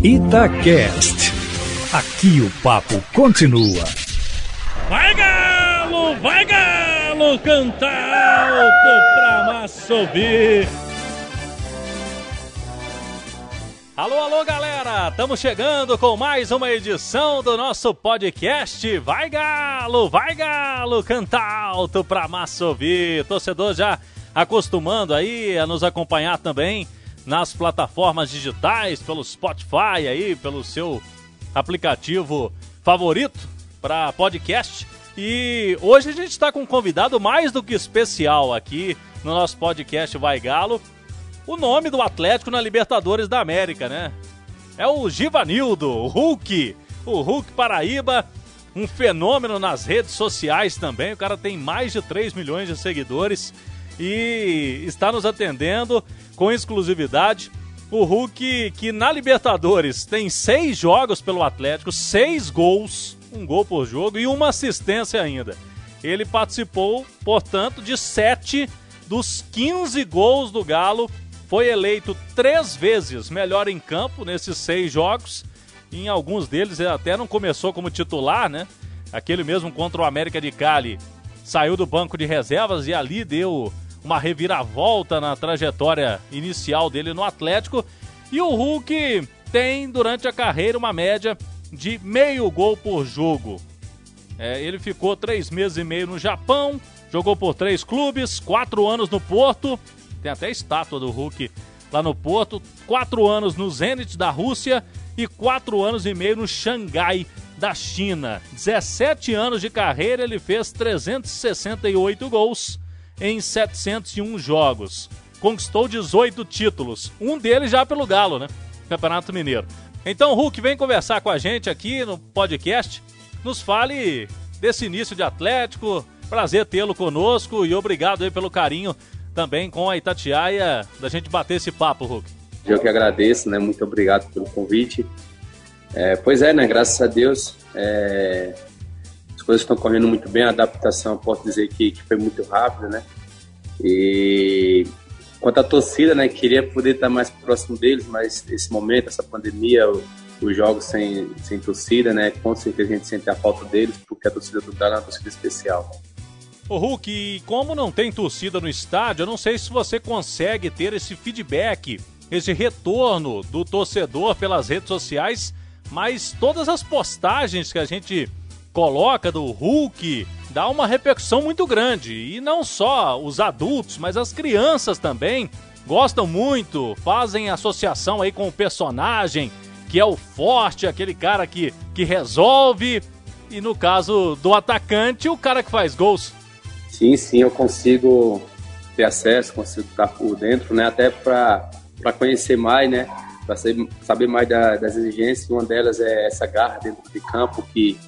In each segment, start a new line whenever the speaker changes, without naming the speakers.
Itacast. Aqui o papo continua.
Vai Galo, canta alto pra massa ouvir. Alô, galera, estamos chegando com mais uma edição do nosso podcast. Vai Galo, canta alto pra massa ouvir. Torcedor já acostumando aí a nos acompanhar também nas plataformas digitais, pelo Spotify aí, pelo seu aplicativo favorito para podcast. E hoje a gente está com um convidado mais do que especial aqui no nosso podcast Vai Galo. O nome do Atlético na Libertadores da América, né? É o Givanildo, o Hulk Paraíba, um fenômeno nas redes sociais também. O cara tem mais de 3 milhões de seguidores e está nos atendendo com exclusividade. O Hulk, que na Libertadores tem 6 jogos pelo Atlético, 6 gols, um gol por jogo e uma assistência ainda. Ele participou, portanto, de 7 dos 15 gols do Galo. Foi eleito 3 vezes melhor em campo nesses 6 jogos. Em alguns deles ele até não começou como titular, né? Aquele mesmo contra o América de Cali saiu do banco de reservas e ali deu uma reviravolta na trajetória inicial dele no Atlético. E o Hulk tem durante a carreira uma média de meio gol por jogo. Ele ficou 3 meses e meio no Japão, jogou por 3 clubes, 4 anos no Porto. Tem até a estátua do Hulk lá no Porto. 4 anos no Zenit da Rússia e 4 anos e meio no Xangai da China. 17 anos de carreira, ele fez 368 gols em 701 jogos. Conquistou 18 títulos, um deles já pelo Galo, né? Campeonato Mineiro. Então, Hulk, vem conversar com a gente aqui no podcast. Nos fale desse início de Atlético. Prazer tê-lo conosco e obrigado aí pelo carinho também com a Itatiaia, da gente bater esse papo, Hulk.
Eu que agradeço, né? Muito obrigado pelo convite. Pois é, né? Graças a Deus, as coisas estão correndo muito bem, a adaptação, posso dizer que foi muito rápida, né? E quanto à torcida, né? Queria poder estar mais próximo deles, mas esse momento, essa pandemia, os jogos sem torcida, né? Com certeza a gente sente a falta deles, porque a torcida do Galo é uma torcida especial.
Ô Hulk, e como não tem torcida no estádio, eu não sei se você consegue ter esse feedback, esse retorno do torcedor pelas redes sociais, mas todas as postagens que a gente coloca do Hulk dá uma repercussão muito grande. E não só os adultos, mas as crianças também gostam muito, fazem associação aí com o personagem, que é o forte, aquele cara que resolve, e no caso do atacante, o cara que faz gols.
Sim, eu consigo ter acesso, consigo estar por dentro, né? Até para conhecer mais, né? Para saber mais das exigências. Uma delas é essa garra dentro de campo que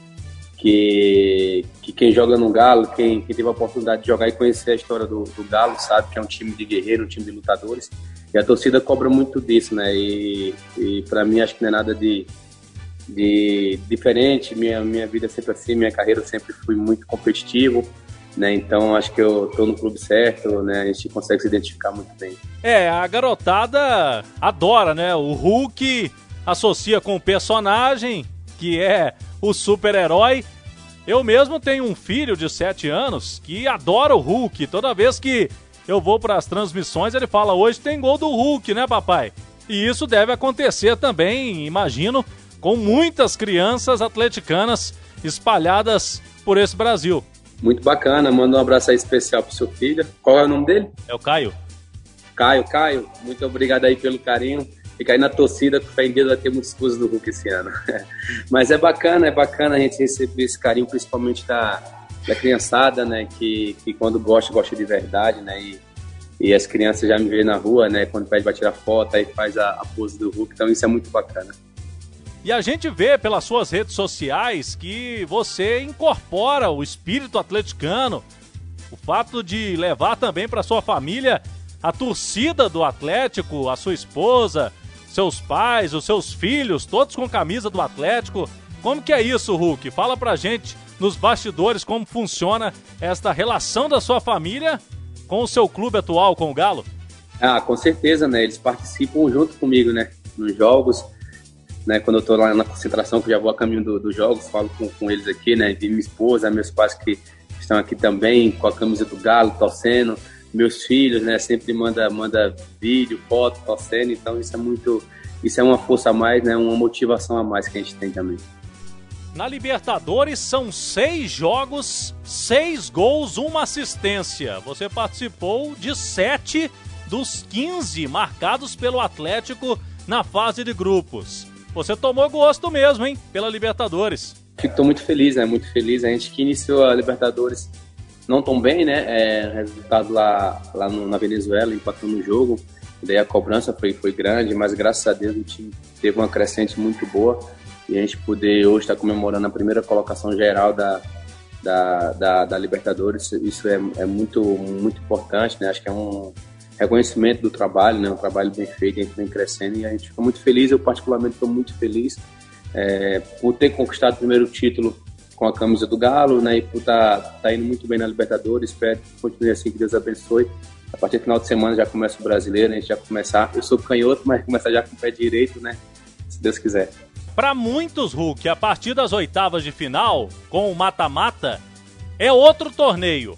quem joga no Galo, quem teve a oportunidade de jogar e conhecer a história do Galo, sabe que é um time de guerreiro, um time de lutadores. E a torcida cobra muito disso, né? E para mim acho que não é nada de diferente. Minha vida é sempre assim, minha carreira sempre fui muito competitivo, né? Então acho que eu tô no clube certo, né? A gente consegue se identificar muito bem.
A garotada adora, né? O Hulk associa com o personagem, que é o super-herói. Eu mesmo tenho um filho de 7 anos que adora o Hulk. Toda vez que eu vou para as transmissões, ele fala: hoje tem gol do Hulk, né, papai? E isso deve acontecer também, imagino, com muitas crianças atleticanas espalhadas por esse Brasil.
Muito bacana, manda um abraço aí especial pro seu filho. Qual é o nome dele?
É o Caio.
Caio, muito obrigado aí pelo carinho. Fica aí na torcida, que fé em Deus vai ter muitas coisas do Hulk esse ano. Mas é bacana a gente receber esse carinho, principalmente da criançada, né? Que quando gosta de verdade, né? E as crianças já me veem na rua, né? Quando pede pra tirar foto, aí faz a pose do Hulk. Então isso é muito bacana.
E a gente vê pelas suas redes sociais que você incorpora o espírito atleticano, o fato de levar também para sua família a torcida do Atlético, a sua esposa, seus pais, os seus filhos, todos com camisa do Atlético. Como que é isso, Hulk? Fala pra gente nos bastidores como funciona esta relação da sua família com o seu clube atual, com o Galo.
Com certeza, né? Eles participam junto comigo, né? Nos jogos. né, quando eu tô lá na concentração, que eu já vou a caminho dos jogos, falo com eles aqui, né, de minha esposa, meus pais que estão aqui também, com a camisa do Galo, torcendo, meus filhos, né, sempre manda vídeo, foto, torcendo, então isso é uma força a mais, né, uma motivação a mais que a gente tem também.
Na Libertadores são 6 jogos, 6 gols, 1 assistência. Você participou de 7 dos 15 marcados pelo Atlético na fase de grupos. Você tomou gosto mesmo, hein, pela Libertadores.
Estou muito feliz, né? Muito feliz. A gente que iniciou a Libertadores não tão bem, né? Resultado lá na Venezuela, empatando o jogo. Daí a cobrança foi grande, mas graças a Deus o time teve uma crescente muito boa. E a gente poder hoje estar comemorando a primeira colocação geral da Libertadores, isso é muito, muito importante, né? Acho que é um reconhecimento do trabalho, né? Um trabalho bem feito, a gente vem crescendo e a gente fica muito feliz. Eu particularmente estou muito feliz por ter conquistado o primeiro título com a camisa do Galo, né? E por estar indo muito bem na Libertadores. Espero que continue assim, que Deus abençoe. A partir do final de semana já começa o brasileiro, a gente já começar. Eu sou canhoto, mas começar já com o pé direito, né? Se Deus quiser.
Para muitos, Hulk, a partir das oitavas de final, com o mata-mata, é outro torneio.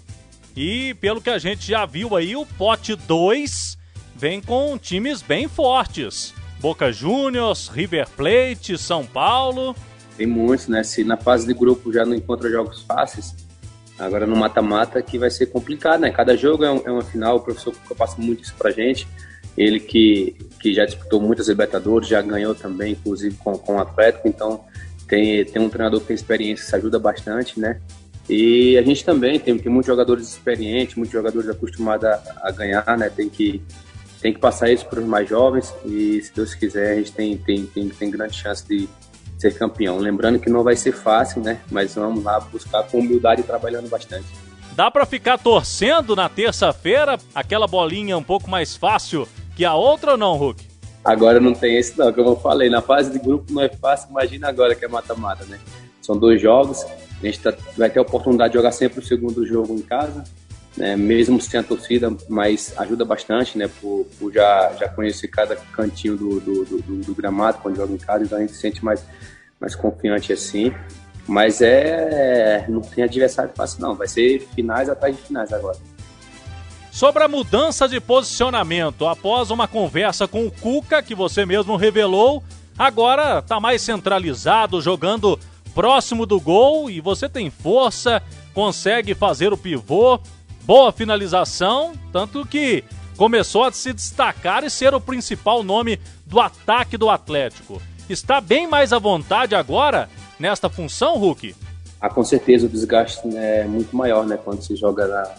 E pelo que a gente já viu aí, o pote 2 vem com times bem fortes. Boca Juniors, River Plate, São Paulo.
Tem muitos, né? Se na fase de grupo já não encontra jogos fáceis, agora no mata-mata que vai ser complicado, né? Cada jogo é uma final, o professor Cuca passa muito isso pra gente. Ele que já disputou muitas Libertadores, já ganhou também, inclusive com o Atlético, então tem um treinador que tem experiência, isso ajuda bastante, né? E a gente também tem muitos jogadores experientes, muitos jogadores acostumados a ganhar, né? Tem que passar isso para os mais jovens e, se Deus quiser, a gente tem grande chance de ser campeão. Lembrando que não vai ser fácil, né? Mas vamos lá buscar com humildade e trabalhando bastante.
Dá para ficar torcendo na terça-feira aquela bolinha um pouco mais fácil que a outra ou não, Hulk?
Agora não tem esse não, como eu falei, na fase de grupo não é fácil, imagina agora que é mata-mata, né? São 2 jogos, a gente vai ter a oportunidade de jogar sempre o segundo jogo em casa, né? Mesmo sem a torcida, mas ajuda bastante, né? Por já conhecer cada cantinho do gramado quando joga em casa, então a gente se sente mais confiante assim. Mas não tem adversário fácil não, vai ser finais atrás de finais agora.
Sobre a mudança de posicionamento, após uma conversa com o Cuca, que você mesmo revelou, agora está mais centralizado, jogando próximo do gol e você tem força, consegue fazer o pivô, boa finalização, tanto que começou a se destacar e ser o principal nome do ataque do Atlético. Está bem mais à vontade agora nesta função, Hulk?
Com certeza o desgaste é muito maior, né, quando se joga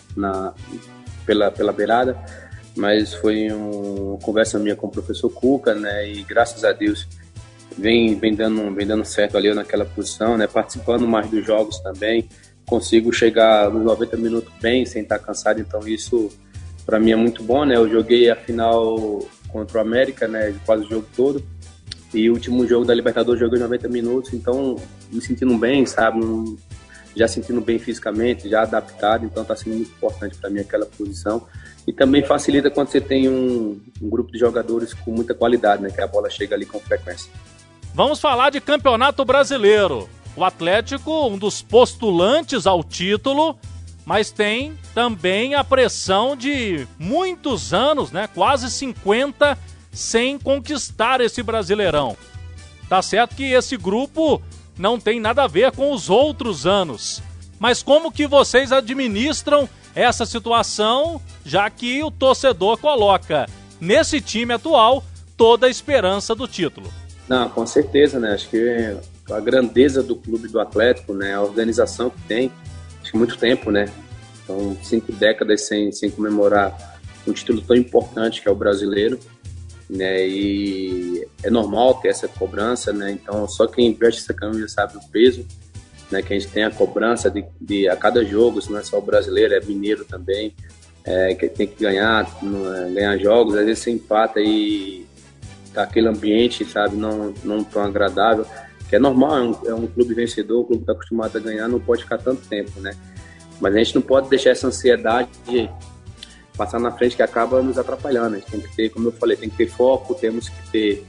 pela beirada, mas foi uma conversa minha com o professor Cuca, né, e graças a Deus vem dando certo ali naquela posição, né, participando mais dos jogos também, consigo chegar nos 90 minutos bem, sem estar cansado, então isso para mim é muito bom, né, eu joguei a final contra o América, né, quase o jogo todo, e o último jogo da Libertadores joguei 90 minutos, então me sentindo bem, sabe, já sentindo bem fisicamente, já adaptado, então está sendo muito importante para mim aquela posição. E também facilita quando você tem um grupo de jogadores com muita qualidade, né? Que a bola chega ali com frequência.
Vamos falar de Campeonato Brasileiro. O Atlético, um dos postulantes ao título, mas tem também a pressão de muitos anos, né? Quase 50 sem conquistar esse Brasileirão. Tá certo que esse grupo não tem nada a ver com os outros anos. Mas como que vocês administram essa situação, já que o torcedor coloca nesse time atual toda a esperança do título?
Não, com certeza, né? Acho que a grandeza do clube do Atlético, né? A organização que tem, acho que muito tempo, né? Então, 5 décadas sem comemorar um título tão importante que é o brasileiro, né? E é normal ter essa cobrança, né? Então, só quem veste essa camisa sabe o peso, né? Que a gente tem a cobrança de a cada jogo, não é só o brasileiro, é mineiro também, que tem que ganhar jogos, às vezes você empata e tá aquele ambiente, sabe, não tão agradável, que é normal, é um clube vencedor, o clube tá acostumado a ganhar, não pode ficar tanto tempo, né? Mas a gente não pode deixar essa ansiedade de passar na frente que acaba nos atrapalhando. A gente tem que ter, como eu falei, tem que ter foco, temos que ter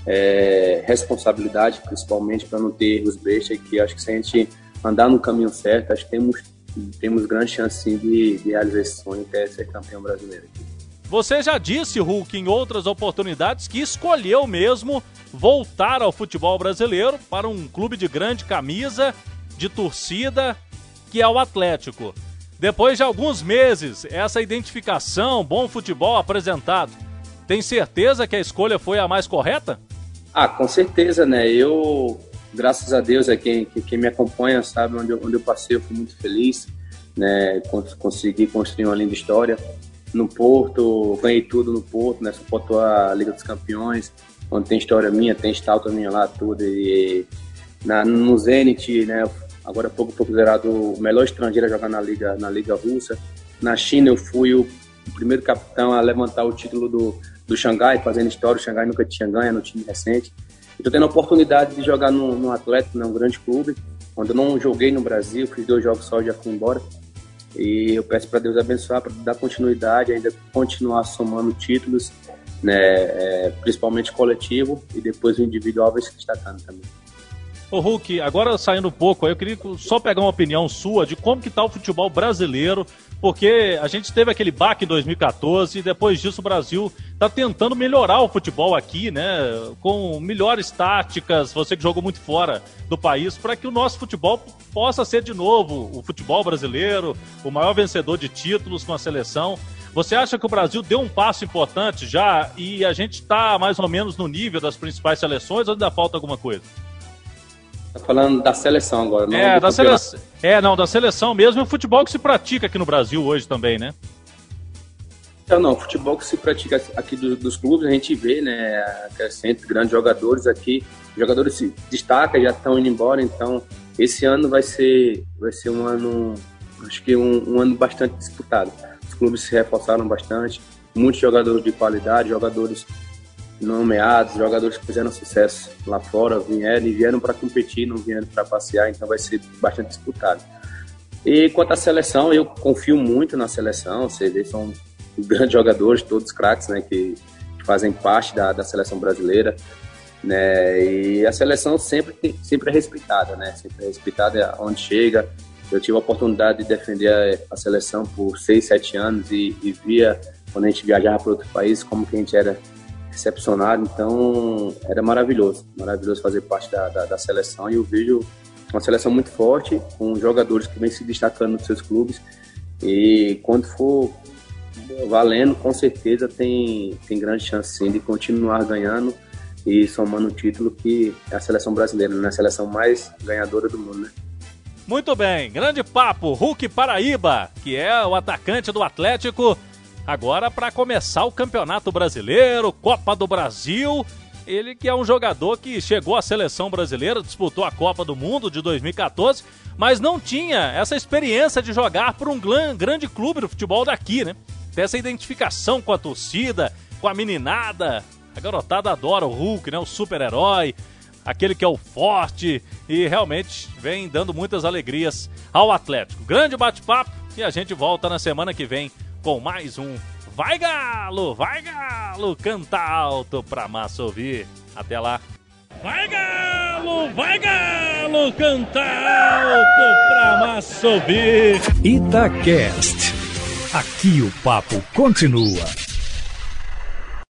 responsabilidade, principalmente para não ter erros bestas, que acho que se a gente andar no caminho certo, acho que temos grande chance sim, de realizar esse sonho, que é ser campeão brasileiro.
Você já disse, Hulk, em outras oportunidades, que escolheu mesmo voltar ao futebol brasileiro para um clube de grande camisa, de torcida, que é o Atlético. Depois de alguns meses, essa identificação, bom futebol apresentado, tem certeza que a escolha foi a mais correta?
Com certeza, né? Eu, graças a Deus, quem me acompanha sabe onde eu passei, eu fui muito feliz, né? Consegui construir uma linda história no Porto, ganhei tudo no Porto, né? Suportou a Liga dos Campeões, onde tem história minha, tem estátua minha lá, tudo. E no Zenit, né? Agora há pouco foi considerado o melhor estrangeiro a jogar na Liga Russa. Na China eu fui o primeiro capitão a levantar o título do Xangai, fazendo história. O Xangai nunca tinha ganho no time recente. Estou tendo a oportunidade de jogar no Atlético, um grande clube, onde eu não joguei no Brasil, fiz 2 jogos só e já fui embora. E eu peço para Deus abençoar, para dar continuidade, ainda continuar somando títulos, né, principalmente coletivo, e depois o individual vai se destacando também.
Ô Hulk, agora saindo um pouco, eu queria só pegar uma opinião sua de como que tá o futebol brasileiro, porque a gente teve aquele baque em 2014 e depois disso o Brasil tá tentando melhorar o futebol aqui, né, com melhores táticas, você que jogou muito fora do país, para que o nosso futebol possa ser de novo o futebol brasileiro, o maior vencedor de títulos com a seleção. Você acha que o Brasil deu um passo importante já e a gente está mais ou menos no nível das principais seleções ou ainda falta alguma coisa?
Tá falando da seleção agora, não?
Da seleção. Da seleção mesmo, e o futebol que se pratica aqui no Brasil hoje também, né?
Não, o futebol que se pratica aqui dos clubes, a gente vê, né, crescente, grandes jogadores aqui, jogadores se destacam, já estão indo embora, então esse ano vai ser um ano, acho que um ano bastante disputado. Os clubes se reforçaram bastante, muitos jogadores de qualidade, jogadores nomeados, jogadores que fizeram sucesso lá fora, vieram para competir, não vieram para passear, então vai ser bastante disputado. E quanto à seleção, eu confio muito na seleção, você vê, são grandes jogadores, todos craques, né, que fazem parte da seleção brasileira, né, e a seleção sempre é respeitada, né, sempre é respeitada onde chega. Eu tive a oportunidade de defender a seleção por 6, 7 anos e via, quando a gente viajava para outro país, como que a gente era recepcionado, então era maravilhoso fazer parte da seleção, e eu vejo uma seleção muito forte, com jogadores que vêm se destacando nos seus clubes, e quando for valendo, com certeza tem grande chance sim de continuar ganhando e somando o título, que é a seleção brasileira, né? A seleção mais ganhadora do mundo, né?
Muito bem, grande papo, Hulk Paraíba, que é o atacante do Atlético. Agora, para começar o Campeonato Brasileiro, Copa do Brasil, ele que é um jogador que chegou à seleção brasileira, disputou a Copa do Mundo de 2014, mas não tinha essa experiência de jogar por um grande clube do futebol daqui, né? Tem essa identificação com a torcida, com a meninada. A garotada adora o Hulk, né? O super-herói, aquele que é o forte, e realmente vem dando muitas alegrias ao Atlético. Grande bate-papo, e a gente volta na semana que vem com mais um Vai Galo, canta alto pra massa ouvir. Até lá. Vai Galo, canta alto pra massa ouvir.
Itacast. Aqui o papo continua.